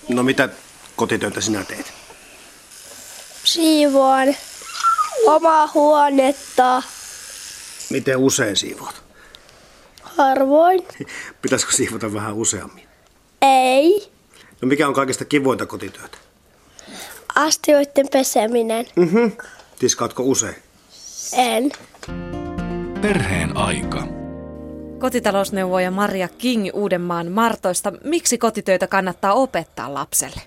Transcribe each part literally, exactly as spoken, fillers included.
No mitä kotitöitä sinä teet? Siivoan omaa huonetta. Miten usein siivoat? Harvoin. Pitäisikö siivota vähän useammin? Ei. No mikä on kaikista kivointa kotityötä? Astioiden peseminen. Mhm. Tiskaatko usein? En. Perheen aika. Kotitalousneuvoja Maria King Uudenmaan Martoista. Miksi kotitöitä kannattaa opettaa lapselle?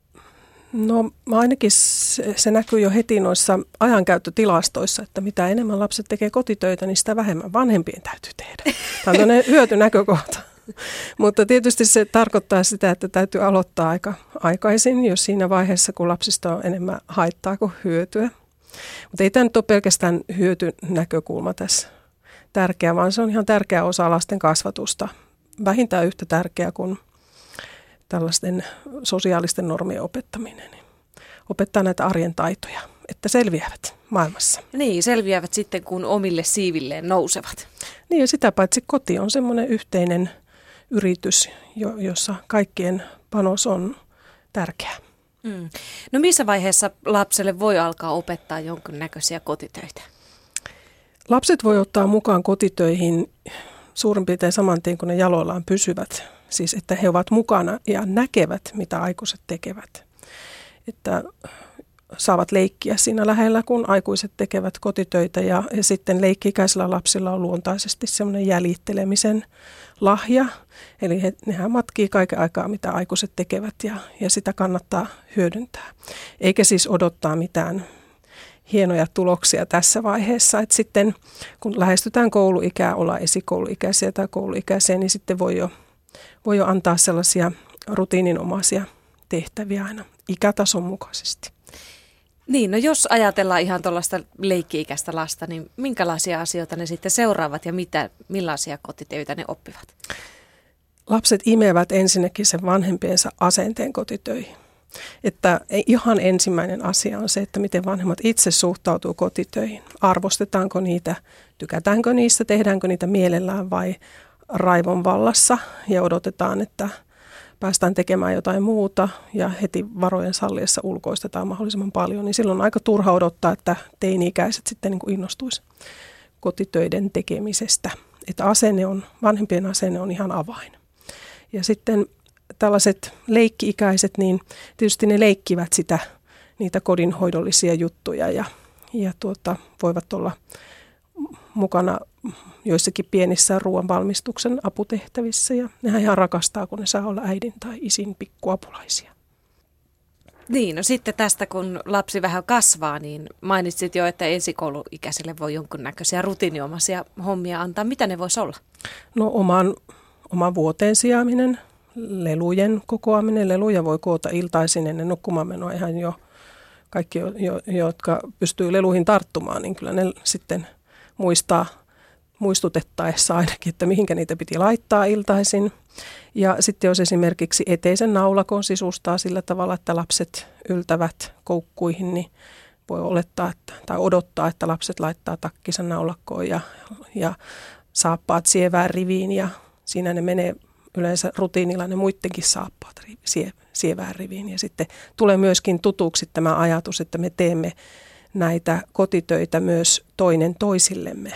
No ainakin se, se näkyy jo heti noissa ajankäyttötilastoissa, että mitä enemmän lapset tekee kotitöitä, niin sitä vähemmän vanhempien täytyy tehdä. Tämä on tämmöinen hyötynäkökohta. Mutta tietysti se tarkoittaa sitä, että täytyy aloittaa aika aikaisin, jos siinä vaiheessa, kun lapsista on enemmän haittaa kuin hyötyä. Mutta ei tämä nyt ole pelkästään hyötynäkökulma tässä tärkeä, vaan se on ihan tärkeä osa lasten kasvatusta. Vähintään yhtä tärkeä kuin tällaisten sosiaalisten normien opettaminen. Opettaa näitä arjen taitoja, että selviävät maailmassa. Niin, selviävät sitten, kun omille siivilleen nousevat. Niin, ja sitä paitsi koti on semmoinen yhteinen yritys, jossa kaikkien panos on tärkeä. Mm. No missä vaiheessa lapselle voi alkaa opettaa jonkinnäköisiä kotitöitä? Lapset voi ottaa mukaan kotitöihin suurin piirtein saman tien, kun ne jaloillaan pysyvät. Siis, että he ovat mukana ja näkevät, mitä aikuiset tekevät. Että saavat leikkiä siinä lähellä, kun aikuiset tekevät kotitöitä. Ja, ja sitten leikki-ikäisillä lapsilla on luontaisesti semmoinen jäljittelemisen lahja. Eli he, nehän matkii kaiken aikaa, mitä aikuiset tekevät, ja, ja sitä kannattaa hyödyntää. Eikä siis odottaa mitään hienoja tuloksia tässä vaiheessa. Että sitten kun lähestytään kouluikää, ollaan esikouluikäisiä tai kouluikäisiä, niin sitten voi jo, voi jo antaa sellaisia rutiininomaisia tehtäviä aina ikätason mukaisesti. Niin, no jos ajatellaan ihan tuollaista leikki-ikäistä lasta, niin minkälaisia asioita ne sitten seuraavat ja mitä, millaisia kotitöitä ne oppivat? Lapset imevät ensinnäkin sen vanhempiensa asenteen kotitöihin. Että ihan ensimmäinen asia on se, että miten vanhemmat itse suhtautuu kotitöihin. Arvostetaanko niitä, tykätäänkö niistä, tehdäänkö niitä mielellään vai raivon vallassa ja odotetaan, että päästään tekemään jotain muuta ja heti varojen salliessa ulkoistetaan mahdollisimman paljon, niin silloin on aika turha odottaa, että teini-ikäiset sitten niin kuin innostuisi kotitöiden tekemisestä. Että asenne on, vanhempien asenne on ihan avain. Ja sitten tällaiset leikki-ikäiset, niin tietysti ne leikkivät sitä, niitä kodinhoidollisia juttuja ja, ja tuota, voivat olla mukana joissakin pienissä ruoanvalmistuksen aputehtävissä ja nehän ihan rakastaa, kun ne saa olla äidin tai isin pikkuapulaisia. Niin, no sitten tästä kun lapsi vähän kasvaa, niin mainitsit jo, että esikouluikäiselle voi jonkunnäköisiä rutiiniomaisia hommia antaa. Mitä ne voisi olla? No oman, oman vuoteen sijaaminen, lelujen kokoaminen. Leluja voi koota iltaisin ennen nukkumaan menoa ihan jo kaikki, jo, jo, jotka pystyy leluihin tarttumaan, niin kyllä ne sitten muistaa muistutettaessa ainakin, että mihinkä niitä piti laittaa iltaisin. Ja sitten jos esimerkiksi eteisen naulakon sisustaa sillä tavalla, että lapset yltävät koukkuihin, niin voi olettaa että, tai odottaa, että lapset laittaa takkinsa naulakkoon ja, ja saappaat sievään riviin. Ja siinä ne menee yleensä rutiinilla ne muidenkin saappaat sie, sievään riviin. Ja sitten tulee myöskin tutuksi tämä ajatus, että me teemme näitä kotitöitä myös toinen toisillemme.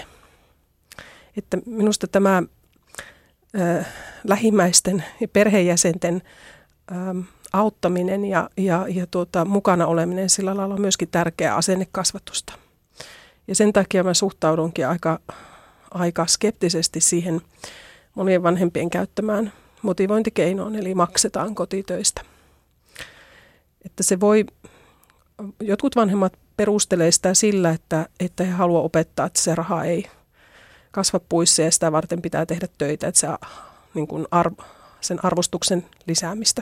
Että minusta tämä äh, lähimmäisten ja perheenjäsenten äh, auttaminen ja, ja, ja tuota, mukana oleminen sillä lailla on myöskin tärkeää asennekasvatusta. Ja sen takia mä suhtaudunkin aika, aika skeptisesti siihen monien vanhempien käyttämään motivointikeinoon, eli maksetaan kotitöistä. Että se voi, jotkut vanhemmat perustelee sitä sillä, että, että he haluavat opettaa, että se raha ei kasva puissa ja sitä varten pitää tehdä töitä, että se, niin kuin arv, sen arvostuksen lisäämistä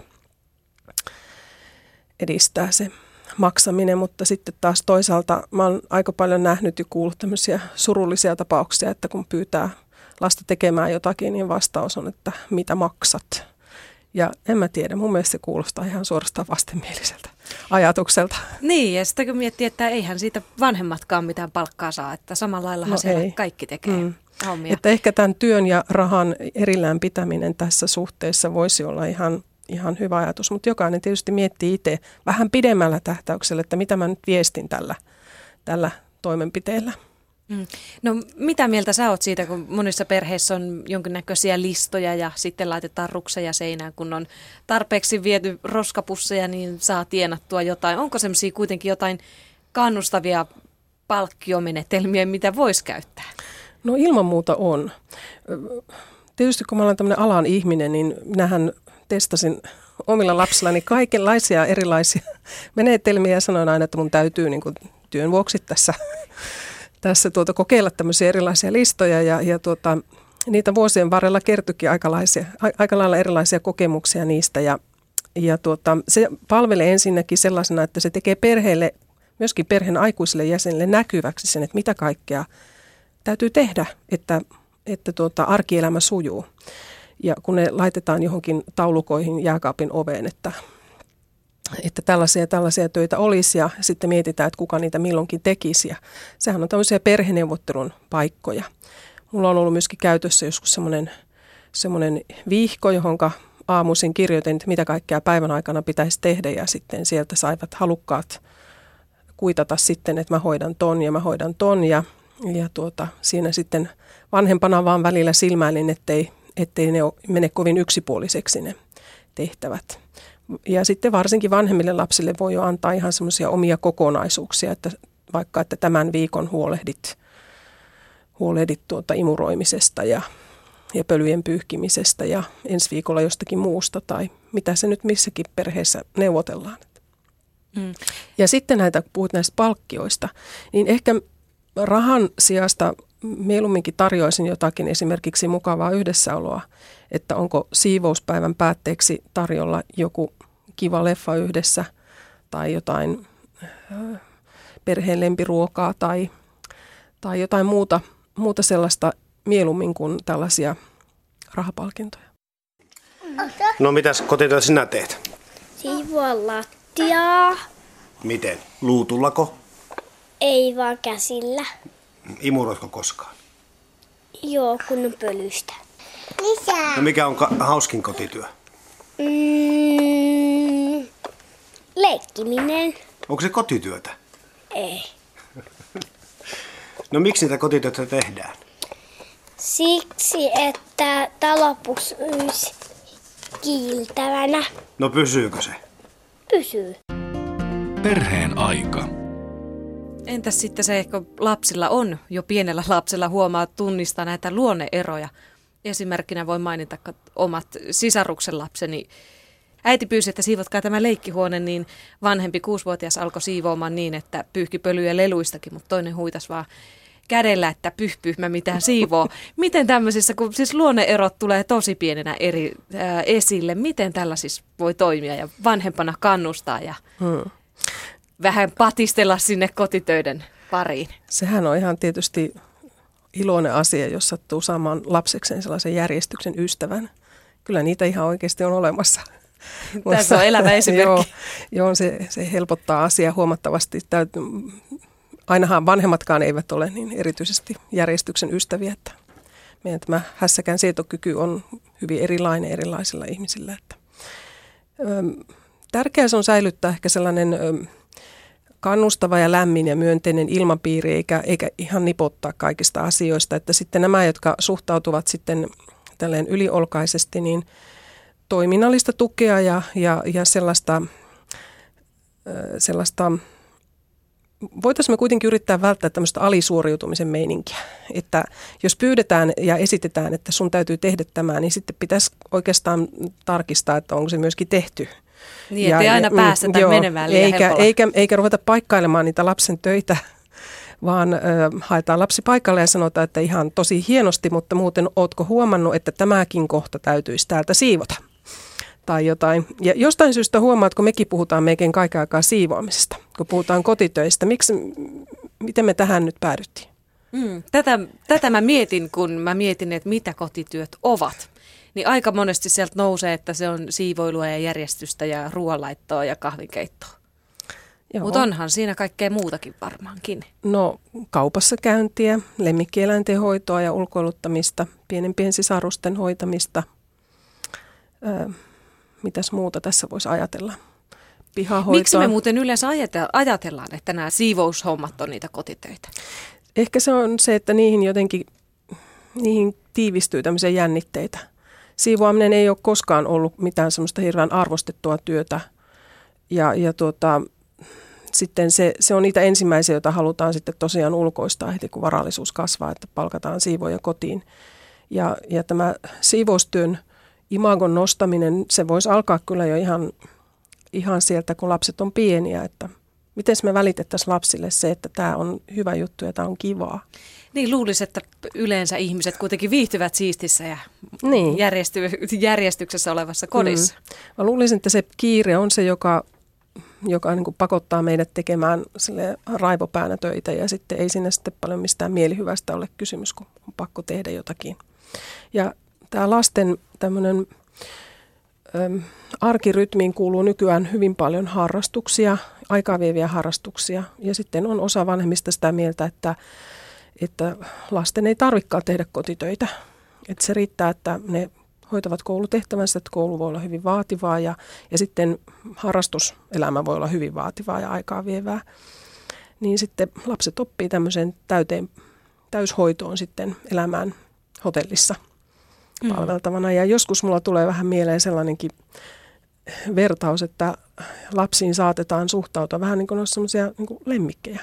edistää se maksaminen, mutta sitten taas toisaalta mä oon aika paljon nähnyt ja kuullut tämmöisiä surullisia tapauksia, että kun pyytää lasta tekemään jotakin, niin vastaus on, että mitä maksat. Ja en mä tiedä, mun mielestä se kuulostaa ihan suorastaan vastenmieliseltä ajatukselta. Niin, ja sitten kun miettii, että eihän siitä vanhemmatkaan mitään palkkaa saa, että samalla laillahan no siellä ei. kaikki tekee mm. hommia. Että ehkä tämän työn ja rahan erillään pitäminen tässä suhteessa voisi olla ihan ihan hyvä ajatus, mutta jokainen tietysti miettii itse vähän pidemmällä tähtäyksellä, että mitä mä nyt viestin tällä, tällä toimenpiteellä. Mm. No mitä mieltä sä oot siitä, kun monissa perheissä on jonkinnäköisiä listoja ja sitten laitetaan rukseja seinään, kun on tarpeeksi viety roskapusseja, niin saa tienattua jotain. Onko semmoisia kuitenkin jotain kannustavia palkkiomenetelmiä, mitä voisi käyttää? No ilman muuta on. Tietysti kun mä olen tämmöinen alan ihminen, niin minähän testasin omilla lapsillani kaikenlaisia erilaisia menetelmiä ja sanoin aina, että mun täytyy niin kuin työn vuoksi tässä, tässä tuota, kokeilla tämmöisiä erilaisia listoja ja, ja tuota, niitä vuosien varrella kertyikin aikalaisia, aika lailla erilaisia kokemuksia niistä ja, ja tuota, se palvelee ensinnäkin sellaisena, että se tekee perheelle, myöskin perheen aikuisille jäsenille näkyväksi sen, että mitä kaikkea täytyy tehdä, että, että tuota, arkielämä sujuu. Ja kun ne laitetaan johonkin taulukoihin jääkaapin oveen, että, että tällaisia ja tällaisia töitä olisi ja sitten mietitään, että kuka niitä milloinkin tekisi. Ja sehän on tämmöisiä perheneuvottelun paikkoja. Mulla on ollut myöskin käytössä joskus semmoinen, semmoinen vihko, johonka aamuisin kirjoitin, että mitä kaikkea päivän aikana pitäisi tehdä ja sitten sieltä saivat halukkaat kuitata sitten, että mä hoidan ton ja mä hoidan ton ja, ja tuota, siinä sitten vanhempana vaan välillä silmäilin, ettei, ettei ne mene kovin yksipuoliseksi ne tehtävät. Ja sitten varsinkin vanhemmille lapsille voi jo antaa ihan semmoisia omia kokonaisuuksia, että vaikka että tämän viikon huolehdit, huolehdit tuota imuroimisesta ja, ja pölyjen pyyhkimisestä ja ensi viikolla jostakin muusta tai mitä se nyt missäkin perheessä neuvotellaan. Mm. Ja sitten näitä, kun puhut näistä palkkioista, niin ehkä rahan sijasta mieluumminkin tarjoaisin jotakin esimerkiksi mukavaa yhdessäoloa, että onko siivouspäivän päätteeksi tarjolla joku kiva leffa yhdessä tai jotain perheen lempiruokaa tai, tai jotain muuta, muuta sellaista mieluummin kuin tällaisia rahapalkintoja. No mitäs kotityötä sinä teet? Siivoa lattiaa. Miten? Luutullako? Ei vaan käsillä. Imuroitko koskaan? Joo, kun on pölystä. Lisää. No mikä on ka- hauskin kotityö? Mm, leikkiminen. Onko se kotityötä? Ei. No miksi niitä kotityötä tehdään? Siksi, että talo pysyisi kiiltävänä. No pysyykö se? Pysyy. Perheen aika. Entäs sitten se, kun lapsilla on, jo pienellä lapsella huomaa tunnistaa näitä luonneeroja. Esimerkkinä voi mainita omat sisaruksen lapseni. Äiti pyysi, että siivotkaa tämä leikkihuone, niin vanhempi kuusivuotias alkoi siivoamaan niin, että pyyhki pölyjä leluistakin, mutta toinen huitas vaan kädellä, että pyhpy, mä mitään siivoo. Miten tämmöisissä, kun siis luonneerot tulee tosi pienenä eri ää, esille, miten tällaisissa voi toimia ja vanhempana kannustaa ja hmm. vähän patistella sinne kotitöiden pariin? Sehän on ihan tietysti iloinen asia, jos sattuu saamaan lapsekseen sellaisen järjestyksen ystävän. Kyllä niitä ihan oikeasti on olemassa. Tässä on elävä esimerkki. Joo, joo se, se helpottaa asiaa huomattavasti. Täytyy, ainahan vanhemmatkaan eivät ole niin erityisesti järjestyksen ystäviä, että meidän tämä hässäkään sietokyky on hyvin erilainen erilaisilla ihmisillä. Että, ö, tärkeää se on säilyttää ehkä sellainen ö, kannustava ja lämmin ja myönteinen ilmapiiri, eikä, eikä ihan nipottaa kaikista asioista. Että sitten nämä, jotka suhtautuvat sitten tälleen yliolkaisesti, niin toiminnallista tukea ja, ja, ja sellaista, sellaista, voitaisiin me kuitenkin yrittää välttää tämmöistä alisuoriutumisen meininkiä. Että jos pyydetään ja esitetään, että sun täytyy tehdä tämä, niin sitten pitäisi oikeastaan tarkistaa, että onko se myöskin tehty. Niin, ettei aina päästetä joo, menemään liian eikä, eikä, eikä ruveta paikkailemaan niitä lapsen töitä, vaan ö, haetaan lapsi paikalle ja sanotaan, että ihan tosi hienosti, mutta muuten ootko huomannut, että tämäkin kohta täytyisi täältä siivota tai jotain. Ja jostain syystä huomaat, kun mekin puhutaan melkein kaiken aikaa siivoamisesta, kun puhutaan kotitöistä. Miksi, miten me tähän nyt päädyttiin? Mm, tätä, tätä mä mietin, kun mä mietin, että mitä kotityöt ovat. Niin aika monesti sieltä nousee, että se on siivoilua ja järjestystä ja ruoanlaittoa ja kahvinkeittoa. Mutta onhan siinä kaikkea muutakin varmaankin. No kaupassa käyntiä, lemmikkieläinten hoitoa ja ulkoiluttamista, pienempien sisarusten hoitamista. Öö, mitäs muuta tässä voisi ajatella. Pihahoitoa. Miksi me muuten yleensä ajatellaan, että nämä siivoushommat on niitä kotitöitä? Ehkä se on se, että niihin jotenkin niihin tiivistyy tämmöisiä jännitteitä. Siivoaminen ei ole koskaan ollut mitään semmoista hirveän arvostettua työtä. Ja, ja tuota, sitten se, se on niitä ensimmäisiä, joita halutaan sitten tosiaan ulkoistaa heti, kun varallisuus kasvaa, että palkataan siivoja kotiin. Ja, ja tämä siivoustyön imagon nostaminen, se voisi alkaa kyllä jo ihan, ihan sieltä, kun lapset on pieniä, että miten me välitettäisiin lapsille se, että tämä on hyvä juttu ja tämä on kivaa. Niin, luulisi, että yleensä ihmiset kuitenkin viihtyvät siistissä ja niin. järjesty, järjestyksessä olevassa kodissa. Mm. Mä luulisin, että se kiire on se, joka, joka niin kuin pakottaa meidät tekemään raivopäänä töitä ja sitten ei siinä sitten paljon mistään mielihyvästä ole kysymys, kun on pakko tehdä jotakin. Ja tämä lasten tämmöinen äm, arkirytmiin kuuluu nykyään hyvin paljon harrastuksia, aikaa vieviä harrastuksia ja sitten on osa vanhemmista sitä mieltä, että että lasten ei tarvitsekaan tehdä kotitöitä. Että se riittää, että ne hoitavat koulutehtävänsä, että koulu voi olla hyvin vaativaa ja, ja sitten harrastuselämä voi olla hyvin vaativaa ja aikaa vievää. Niin sitten lapset oppii tämmöiseen täyteen, täyshoitoon sitten elämään hotellissa mm. palveltavana. Ja joskus mulla tulee vähän mieleen sellainenkin vertaus, että lapsiin saatetaan suhtautua vähän niin kuin olisi semmoisia niin kuin lemmikkejä.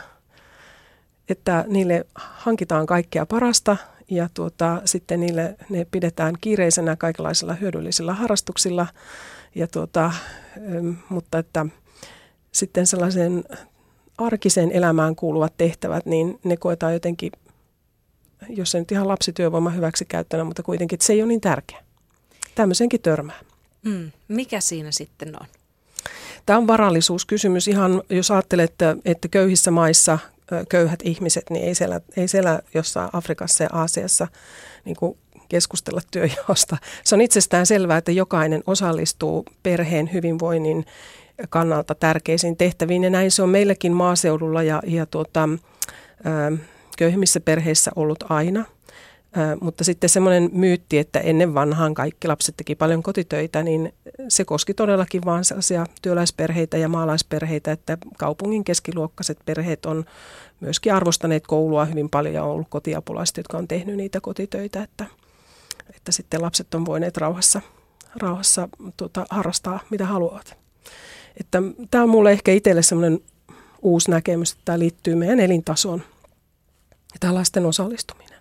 Että niille hankitaan kaikkea parasta ja tuota, sitten niille ne pidetään kiireisenä kaikenlaisilla hyödyllisillä harrastuksilla. Ja tuota, mutta että sitten sellaisen arkiseen elämään kuuluvat tehtävät, niin ne koetaan jotenkin, jos se nyt ihan lapsityövoiman hyväksikäyttönä, mutta kuitenkin että se ei ole niin tärkeä. Tämmöisenkin törmää. Mm. Mikä siinä sitten on? Tämä on varallisuuskysymys. Ihan jos ajattelet, että, että köyhissä maissa köyhät ihmiset, niin ei siellä, ei siellä jossain Afrikassa ja Aasiassa niin kuin keskustella työnjaosta. Se on itsestään selvää, että jokainen osallistuu perheen hyvinvoinnin kannalta tärkeisiin tehtäviin. Ja näin se on meilläkin maaseudulla ja, ja tuota, ä, köyhimmissä perheissä ollut aina. Ä, mutta sitten semmoinen myytti, että ennen vanhaan kaikki lapset teki paljon kotitöitä, niin se koski todellakin vain sellaisia työläisperheitä ja maalaisperheitä, että kaupungin keskiluokkaiset perheet on myöskin arvostaneet koulua hyvin paljon ja on ollut kotiapulaiset, jotka on tehnyt niitä kotitöitä, että, että sitten lapset on voineet rauhassa, rauhassa tuota, harrastaa mitä haluavat. Että tämä on mulle ehkä itselle semmoinen uusi näkemys, että tämä liittyy meidän elintasoon ja tämä lasten osallistuminen.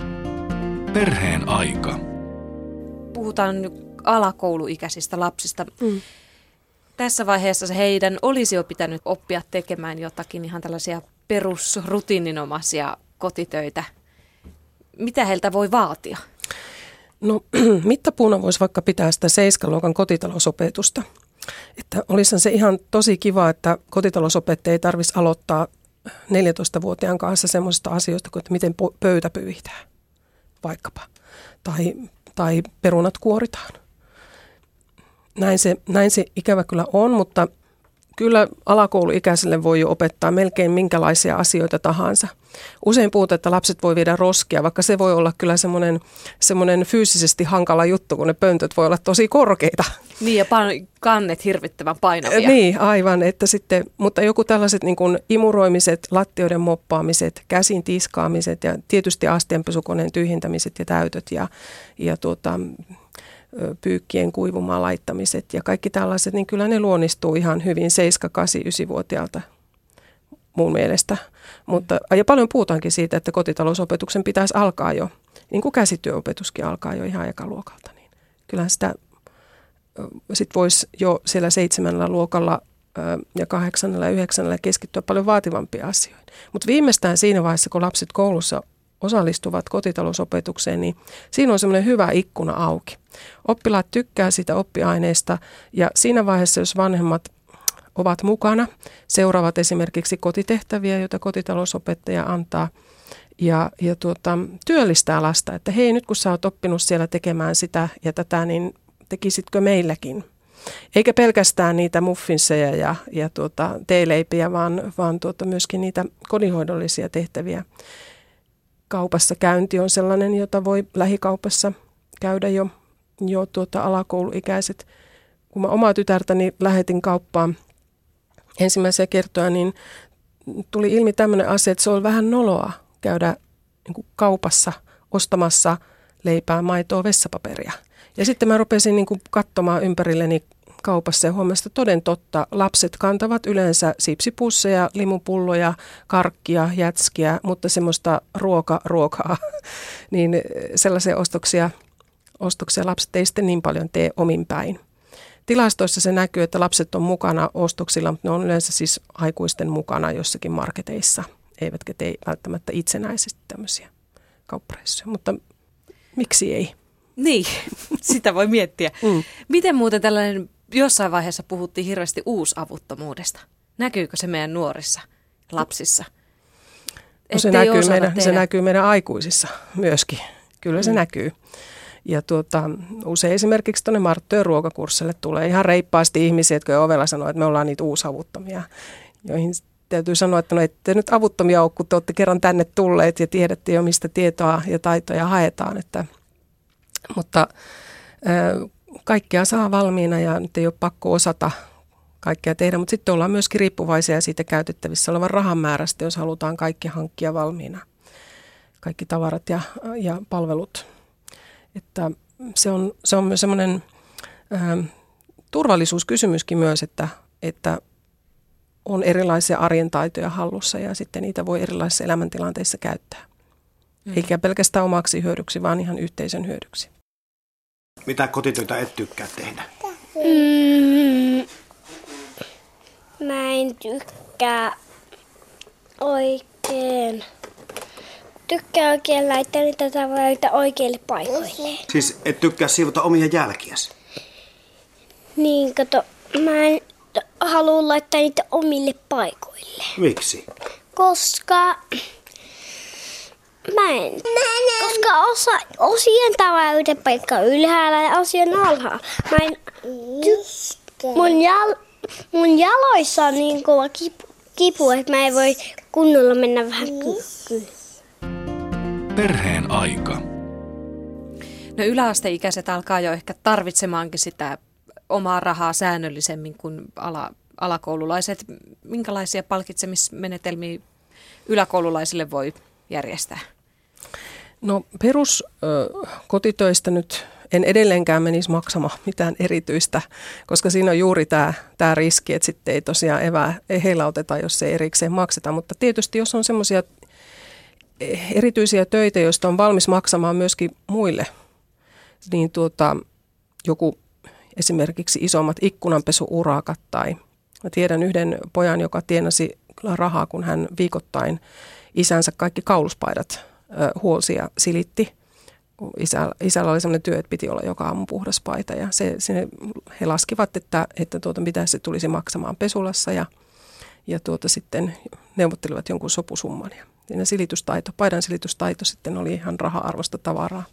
Perheen aika. Puhutaan nyt alakouluikäisistä lapsista. Mm. Tässä vaiheessa heidän olisi jo pitänyt oppia tekemään jotakin ihan tällaisia perusrutiininomaisia kotitöitä. Mitä heiltä voi vaatia? No mittapuuna voisi vaikka pitää sitä seiskaluokan kotitalousopetusta. Että olisihan se ihan tosi kiva, että kotitalousopettaja ei tarvitsisi aloittaa neljätoistavuotiaan kanssa semmoisista asioista kuin, että miten pöytä pyyhitään vaikkapa. Tai, tai perunat kuoritaan. Näin se, näin se ikävä kyllä on, mutta kyllä alakouluikäiselle voi jo opettaa melkein minkälaisia asioita tahansa. Usein puhutaan, että lapset voi viedä roskia, vaikka se voi olla kyllä semmoinen, semmoinen fyysisesti hankala juttu, kun ne pöntöt voi olla tosi korkeita. Niin ja pan- kannet hirvittävän painavia. Niin, aivan. Että sitten, mutta joku tällaiset niin kuin imuroimiset, lattioiden moppaamiset, käsin tiskaamiset ja tietysti astianpesukoneen tyhjentämiset ja täytöt ja, ja tuota, pyykkien kuivumaan laittamiset ja kaikki tällaiset, niin kyllä ne luonnistuu ihan hyvin seitsemän, kahdeksan, yhdeksän-vuotiaalta mun mielestä. Mutta, ja paljon puhutaankin siitä, että kotitalousopetuksen pitäisi alkaa jo, niin kuin käsityöopetuskin alkaa jo ihan ekaluokalta. Niin kyllähän sitä sit voisi jo siellä seitsemännellä luokalla ja kahdeksannella ja yhdeksännellä keskittyä paljon vaativampiin asioihin. Mutta viimeistään siinä vaiheessa, kun lapset koulussa osallistuvat kotitalousopetukseen, niin siinä on semmoinen hyvä ikkuna auki. Oppilaat tykkää sitä oppiaineesta ja siinä vaiheessa, jos vanhemmat ovat mukana, seuraavat esimerkiksi kotitehtäviä, joita kotitalousopettaja antaa ja, ja tuota, työllistää lasta, että hei, nyt kun sä oot oppinut siellä tekemään sitä ja tätä, niin tekisitkö meilläkin? Eikä pelkästään niitä muffinseja ja, ja tuota, teeleipiä, vaan, vaan tuota, myöskin niitä kodinhoidollisia tehtäviä. Kaupassa käynti on sellainen, jota voi lähikaupassa käydä jo, jo tuota alakouluikäiset. kun mä omaa tytärtäni lähetin kauppaan ensimmäisiä kertoja, niin tuli ilmi tämmöinen asia, että se on vähän noloa käydä niin kuin kaupassa ostamassa leipää, maitoa, vessapaperia. Ja sitten mä rupesin niin kuin katsomaan ympärilleni kaupassa ja huomasin, että toden totta, lapset kantavat yleensä sipsipusseja, limupulloja, karkkia, jätskiä, mutta semmoista ruoka, ruokaa, niin sellaisia ostoksia, ostoksia lapset ei sitten niin paljon tee omin päin. Tilastoissa se näkyy, että lapset on mukana ostoksilla, mutta ne on yleensä siis aikuisten mukana jossakin marketeissa, eivätkä tee välttämättä itsenäisesti tämmöisiä kauppareissuja, mutta miksi ei? Niin, sitä voi miettiä. Mm. Miten muuten tällainen, jossain vaiheessa puhuttiin hirveästi uusavuttomuudesta. Näkyykö se meidän nuorissa, lapsissa? No se, näkyy meidän, se näkyy meidän aikuisissa myöskin. Kyllä mm. se näkyy. Ja tuota, usein esimerkiksi tuonne Marttojen ruokakurssille tulee ihan reippaasti ihmisiä, jotka jo ovella sanoo, että me ollaan niitä uusavuttomia, joihin täytyy sanoa, että no ette nyt avuttomia ole, kun te olette kerran tänne tulleet ja tiedätte jo, mistä tietoa ja taitoja haetaan. Että, mutta äh, kaikkea saa valmiina ja nyt ei ole pakko osata kaikkea tehdä, mutta sitten ollaan myöskin riippuvaisia siitä käytettävissä olevan rahan määrästä, jos halutaan kaikki hankkia valmiina, kaikki tavarat ja, ja palvelut. Että se on, se on myös semmoinen äh, turvallisuuskysymyskin myös, että, että on erilaisia arjen taitoja hallussa ja sitten niitä voi erilaisissa elämäntilanteissa käyttää. Mm. Eikä pelkästään omaksi hyödyksi, vaan ihan yhteisön hyödyksi. Mitä kotitöitä et tykkää tehdä? Mm, mä en tykkää oikein. Tykkää oikein laittaa niitä tavaroita oikeille paikoille. Siis et tykkää siivota omia jälkiäsi? Niin, kato, mä en halua laittaa niitä omille paikoille. Miksi? Koska mä en. Koska osa, osien tavaroiden paikka on ylhäällä ja osien alhaalla. Mä en ty- mun, jal, mun jaloissa on niin kova kipu, kipu, että mä en voi kunnolla mennä vähän kyykkyyn. Perheen aika. No yläasteikäiset alkaa jo ehkä tarvitsemaankin sitä omaa rahaa säännöllisemmin kuin ala, alakoululaiset. Minkälaisia palkitsemismenetelmiä yläkoululaisille voi järjestää? No peruskotitöistä nyt en edelleenkään menisi maksamaan mitään erityistä, koska siinä on juuri tämä, tämä riski, että sitten ei tosiaan evää, ei heilauteta, jos ei erikseen makseta. Mutta tietysti jos on semmoisia erityisiä töitä, joista on valmis maksamaan myöskin muille, niin tuota, joku esimerkiksi isommat ikkunanpesuurakat tai mä tiedän yhden pojan, joka tienasi kyllä rahaa, kun hän viikoittain isänsä kaikki kauluspaidat ö, huolsi ja silitti. Isä, isällä oli sellainen työ, että piti olla joka aamu puhdas paita ja se, se, he laskivat, että, että tuota, mitä se tulisi maksamaan pesulassa ja, ja tuota, sitten neuvottelivat jonkun sopusumman. Ja siinä silitystaito, paidan silitystaito sitten oli ihan raha-arvosta tavaraa.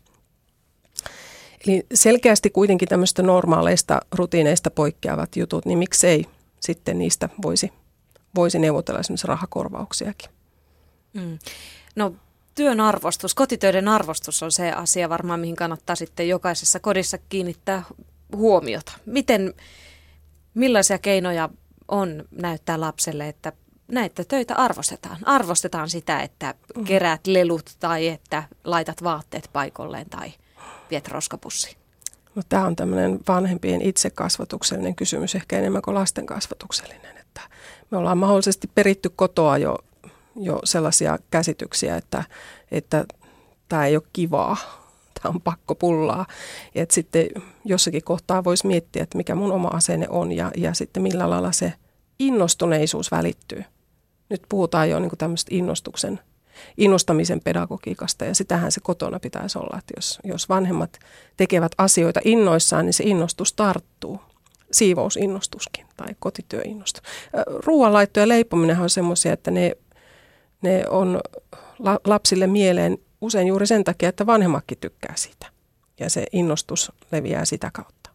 Eli selkeästi kuitenkin tämmöistä normaaleista rutiineista poikkeavat jutut, niin miksei sitten niistä voisi, voisi neuvotella esimerkiksi rahakorvauksiakin. Mm. No työn arvostus, kotitöiden arvostus on se asia varmaan, mihin kannattaa sitten jokaisessa kodissa kiinnittää huomiota. Miten, millaisia keinoja on näyttää lapselle, että näitä töitä arvostetaan? Arvostetaan sitä, että keräät lelut tai että laitat vaatteet paikolleen tai viet roskapussiin? No, tämä on tämmöinen vanhempien itsekasvatuksellinen kysymys, ehkä enemmän kuin lasten kasvatuksellinen. Että me ollaan mahdollisesti peritty kotoa jo, jo sellaisia käsityksiä, että, että tämä ei ole kivaa, tämä on pakko pullaa. Että sitten jossakin kohtaa voisi miettiä, että mikä mun oma asenne on ja, ja sitten millä lailla se innostuneisuus välittyy. Nyt puhutaan jo niin kuin tämmöistä innostuksen innostamisen pedagogiikasta ja sitähän se kotona pitäisi olla, että jos, jos vanhemmat tekevät asioita innoissaan, niin se innostus tarttuu. Siivousinnostuskin tai kotityöinnostus. Ruoanlaitto ja leipominen on semmoisia, että ne, ne on lapsille mieleen usein juuri sen takia, että vanhemmatkin tykkää siitä ja se innostus leviää sitä kautta.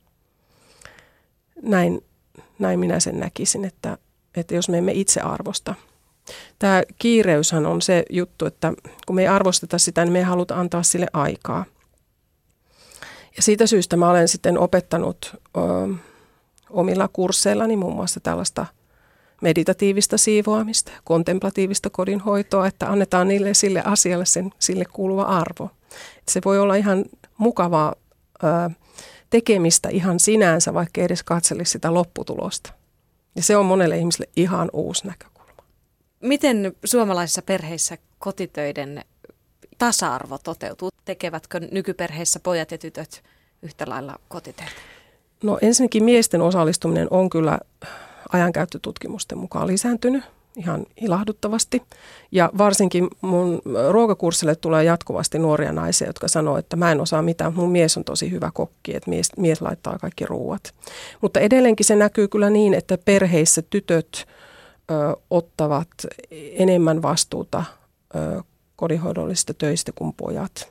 Näin, näin minä sen näkisin, että, että jos me emme itse arvosta. Tämä kiireyshän on se juttu, että kun me ei arvosteta sitä, niin me ei haluta antaa sille aikaa. Ja siitä syystä mä olen sitten opettanut ö, omilla kursseillani muun muassa tällaista meditatiivista siivoamista, kontemplatiivista kodinhoitoa, että annetaan niille sille asialle sen sille kuuluva arvo. Että se voi olla ihan mukavaa ää, tekemistä ihan sinänsä, vaikka edes katselisi sitä lopputulosta. Ja se on monelle ihmiselle ihan uusi näkökulma. Miten suomalaisissa perheissä kotitöiden tasa-arvo toteutuu? Tekevätkö nykyperheissä pojat ja tytöt yhtä lailla kotitöitä? No ensinnäkin miesten osallistuminen on kyllä ajankäyttötutkimusten mukaan lisääntynyt ihan ilahduttavasti. Ja varsinkin mun ruokakurssille tulee jatkuvasti nuoria naisia, jotka sanoo, että mä en osaa mitään, mun mies on tosi hyvä kokki, että mies, mies laittaa kaikki ruuat. Mutta edelleenkin se näkyy kyllä niin, että perheissä tytöt ö, ottavat enemmän vastuuta ö, kodinhoidollisista töistä kuin pojat.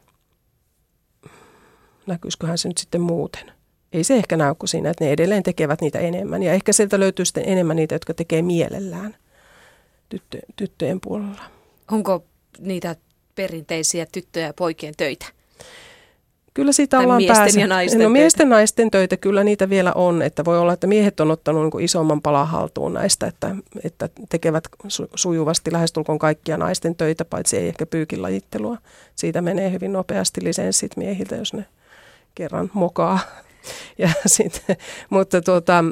Näkyisiköhän se nyt sitten muuten? Ei se ehkä näy kuin siinä, että ne edelleen tekevät niitä enemmän. Ja ehkä sieltä löytyy sitten enemmän niitä, jotka tekee mielellään tyttö, tyttöjen puolella. Onko niitä perinteisiä tyttöjä ja poikien töitä? Kyllä siitä tai ollaan miesten päässyt. ja naisten no, töitä. miesten naisten töitä kyllä niitä vielä on. Että voi olla, että miehet on ottanut niin kuin isomman palan haltuun näistä, että, että tekevät su- sujuvasti lähestulkoon kaikkia naisten töitä, paitsi ei ehkä pyykinlajittelua. Siitä menee hyvin nopeasti lisenssit miehiltä, jos ne kerran mokaa. Ja sit, mutta tuota,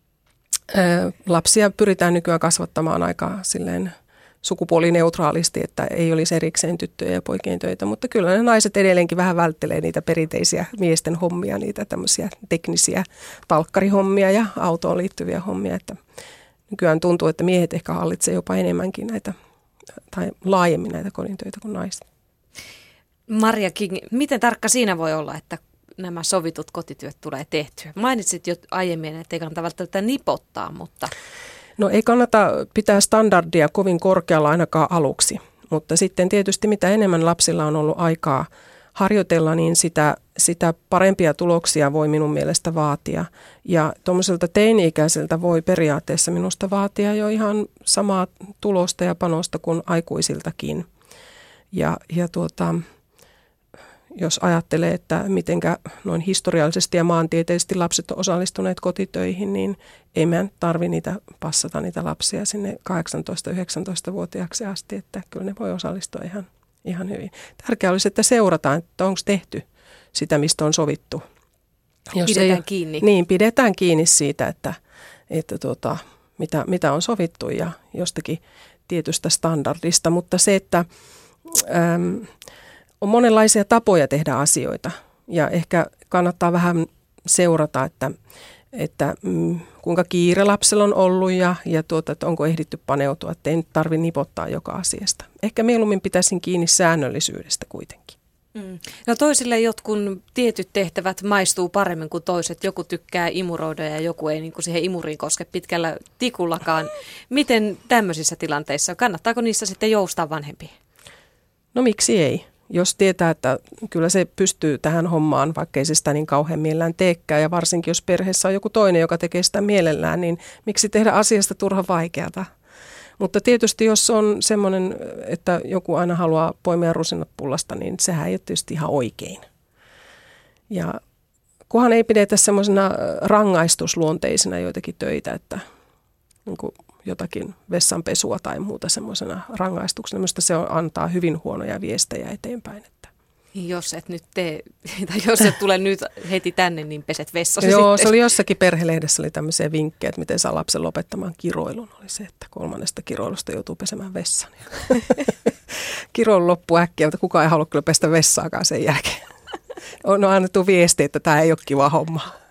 ä, lapsia pyritään nykyään kasvattamaan aika silleen sukupuolineutraalisti, että ei olisi erikseen tyttöjä ja poikien töitä, mutta kyllä ne naiset edelleenkin vähän välttelee niitä perinteisiä miesten hommia, niitä tämmöisiä teknisiä talkkarihommia ja autoon liittyviä hommia, että nykyään tuntuu, että miehet ehkä hallitsee jopa enemmänkin näitä tai laajemmin näitä kodin töitä kuin naiset. Marja King, miten tarkka siinä voi olla, että nämä sovitut kotityöt tulee tehtyä? Mainitsit jo aiemmin, että ei kannata välttämättä nipottaa, mutta... No ei kannata pitää standardia kovin korkealla ainakaan aluksi, mutta sitten tietysti mitä enemmän lapsilla on ollut aikaa harjoitella, niin sitä, sitä parempia tuloksia voi minun mielestä vaatia. Ja tuommoiselta teini-ikäiseltä voi periaatteessa minusta vaatia jo ihan samaa tulosta ja panosta kuin aikuisiltakin. Ja, ja tuota... Jos ajattelee, että mitenkä noin historiallisesti ja maantieteellisesti lapset on osallistuneet kotitöihin, niin ei meidän tarvitse niitä passata niitä lapsia sinne kahdeksantoista-yhdeksäntoista-vuotiaaksi asti, että kyllä ne voi osallistua ihan, ihan hyvin. Tärkeää olisi, että seurataan, että onko tehty sitä, mistä on sovittu. Jos pidetään ei, kiinni. Niin, pidetään kiinni siitä, että, että tuota, mitä, mitä on sovittu ja jostakin tietystä standardista, mutta se, että... Äm, on monenlaisia tapoja tehdä asioita ja ehkä kannattaa vähän seurata, että, että mm, kuinka kiire lapsella on ollut ja, ja tuota, että onko ehditty paneutua, että ei nyt tarvitse nipottaa joka asiasta. Ehkä mieluummin pitäisin kiinni säännöllisyydestä kuitenkin. Mm. No toisille jotkun tietyt tehtävät maistuu paremmin kuin toiset. Joku tykkää imuroida ja joku ei niin kuin siihen imuriin koske pitkällä tikullakaan. Miten tämmöisissä tilanteissa, kannattaako niissä sitten joustaa vanhempia? No miksi ei? Jos tietää, että kyllä se pystyy tähän hommaan, vaikka ei se sitä niin kauhean mielellään teekään. Ja varsinkin jos perheessä on joku toinen, joka tekee sitä mielellään, niin miksi tehdä asiasta turha vaikeata? Mutta tietysti jos on semmoinen, että joku aina haluaa poimia rusinat pullasta, niin sehän ei ole tietysti ihan oikein. Ja kunhan ei pidetä semmoisena rangaistusluonteisena joitakin töitä, että niin kuin jotakin vessanpesua tai muuta semmoisena rangaistuksena. Minusta se on, antaa hyvin huonoja viestejä eteenpäin. Että. Jos et nyt tee, tai jos et tule nyt heti tänne, niin peset vessasi Joo, sitten. Se oli jossakin perhelehdessä oli tämmöisiä vinkkejä, että miten saa lapsen lopettamaan kiroilun. Oli se, että kolmannesta kiroilusta joutuu pesemään vessan. Kiroilu loppuu äkkiä, mutta kukaan ei halua kyllä pestä vessaakaan sen jälkeen. On annettu viesti, että tämä ei ole kiva homma.